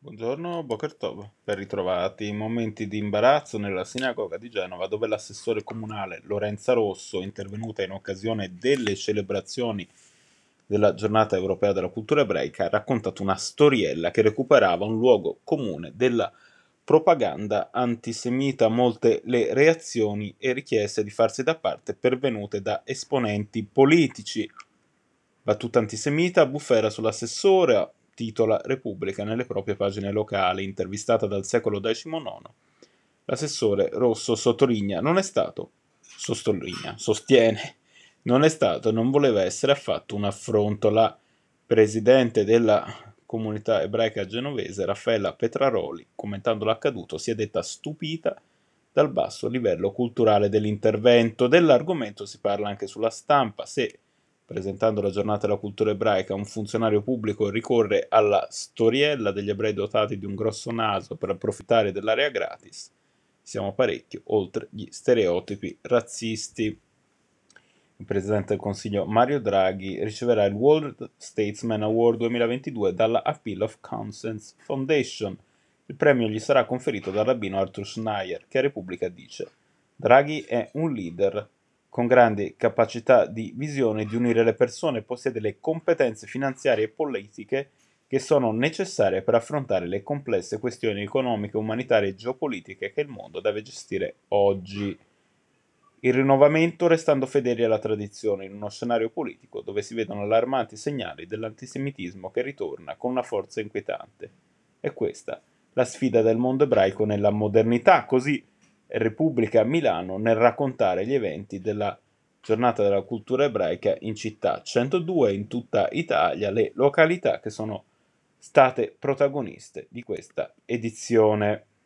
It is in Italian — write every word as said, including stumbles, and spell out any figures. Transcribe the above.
Buongiorno, Boker Tov. Ben ritrovati. Momenti di imbarazzo nella sinagoga di Genova, dove l'assessore comunale Lorenza Rosso, intervenuta in occasione delle celebrazioni della Giornata Europea della Cultura Ebraica, ha raccontato una storiella che recuperava un luogo comune della propaganda antisemita. Molte le reazioni e richieste di farsi da parte pervenute da esponenti politici. Battuta antisemita, bufera sull'assessore, titola Repubblica nelle proprie pagine locali, intervistata dal Secolo diciannove. L'assessore Rosso sottolinea, non è stato, sottolinea, sostiene, non è stato e non voleva essere affatto un affronto. La presidente della comunità ebraica genovese, Raffaella Petraroli, commentando l'accaduto, si è detta stupita dal basso livello culturale dell'intervento. Dell'argomento si parla anche sulla stampa. Se, presentando la giornata della cultura ebraica, un funzionario pubblico ricorre alla storiella degli ebrei dotati di un grosso naso per approfittare dell'area gratis, siamo parecchio oltre gli stereotipi razzisti. Il presidente del Consiglio Mario Draghi riceverà il World Statesman Award duemilaventidue dalla Appeal of Conscience Foundation. Il premio gli sarà conferito dal rabbino Arthur Schneier, che a Repubblica dice: Draghi è un leader con grandi capacità di visione di unire le persone, possiede le competenze finanziarie e politiche che sono necessarie per affrontare le complesse questioni economiche, umanitarie e geopolitiche che il mondo deve gestire oggi. Il rinnovamento restando fedeli alla tradizione in uno scenario politico dove si vedono allarmanti segnali dell'antisemitismo che ritorna con una forza inquietante. È questa la sfida del mondo ebraico nella modernità, così Repubblica Milano nel raccontare gli eventi della giornata della cultura ebraica in città centodue in tutta Italia, le località che sono state protagoniste di questa edizione.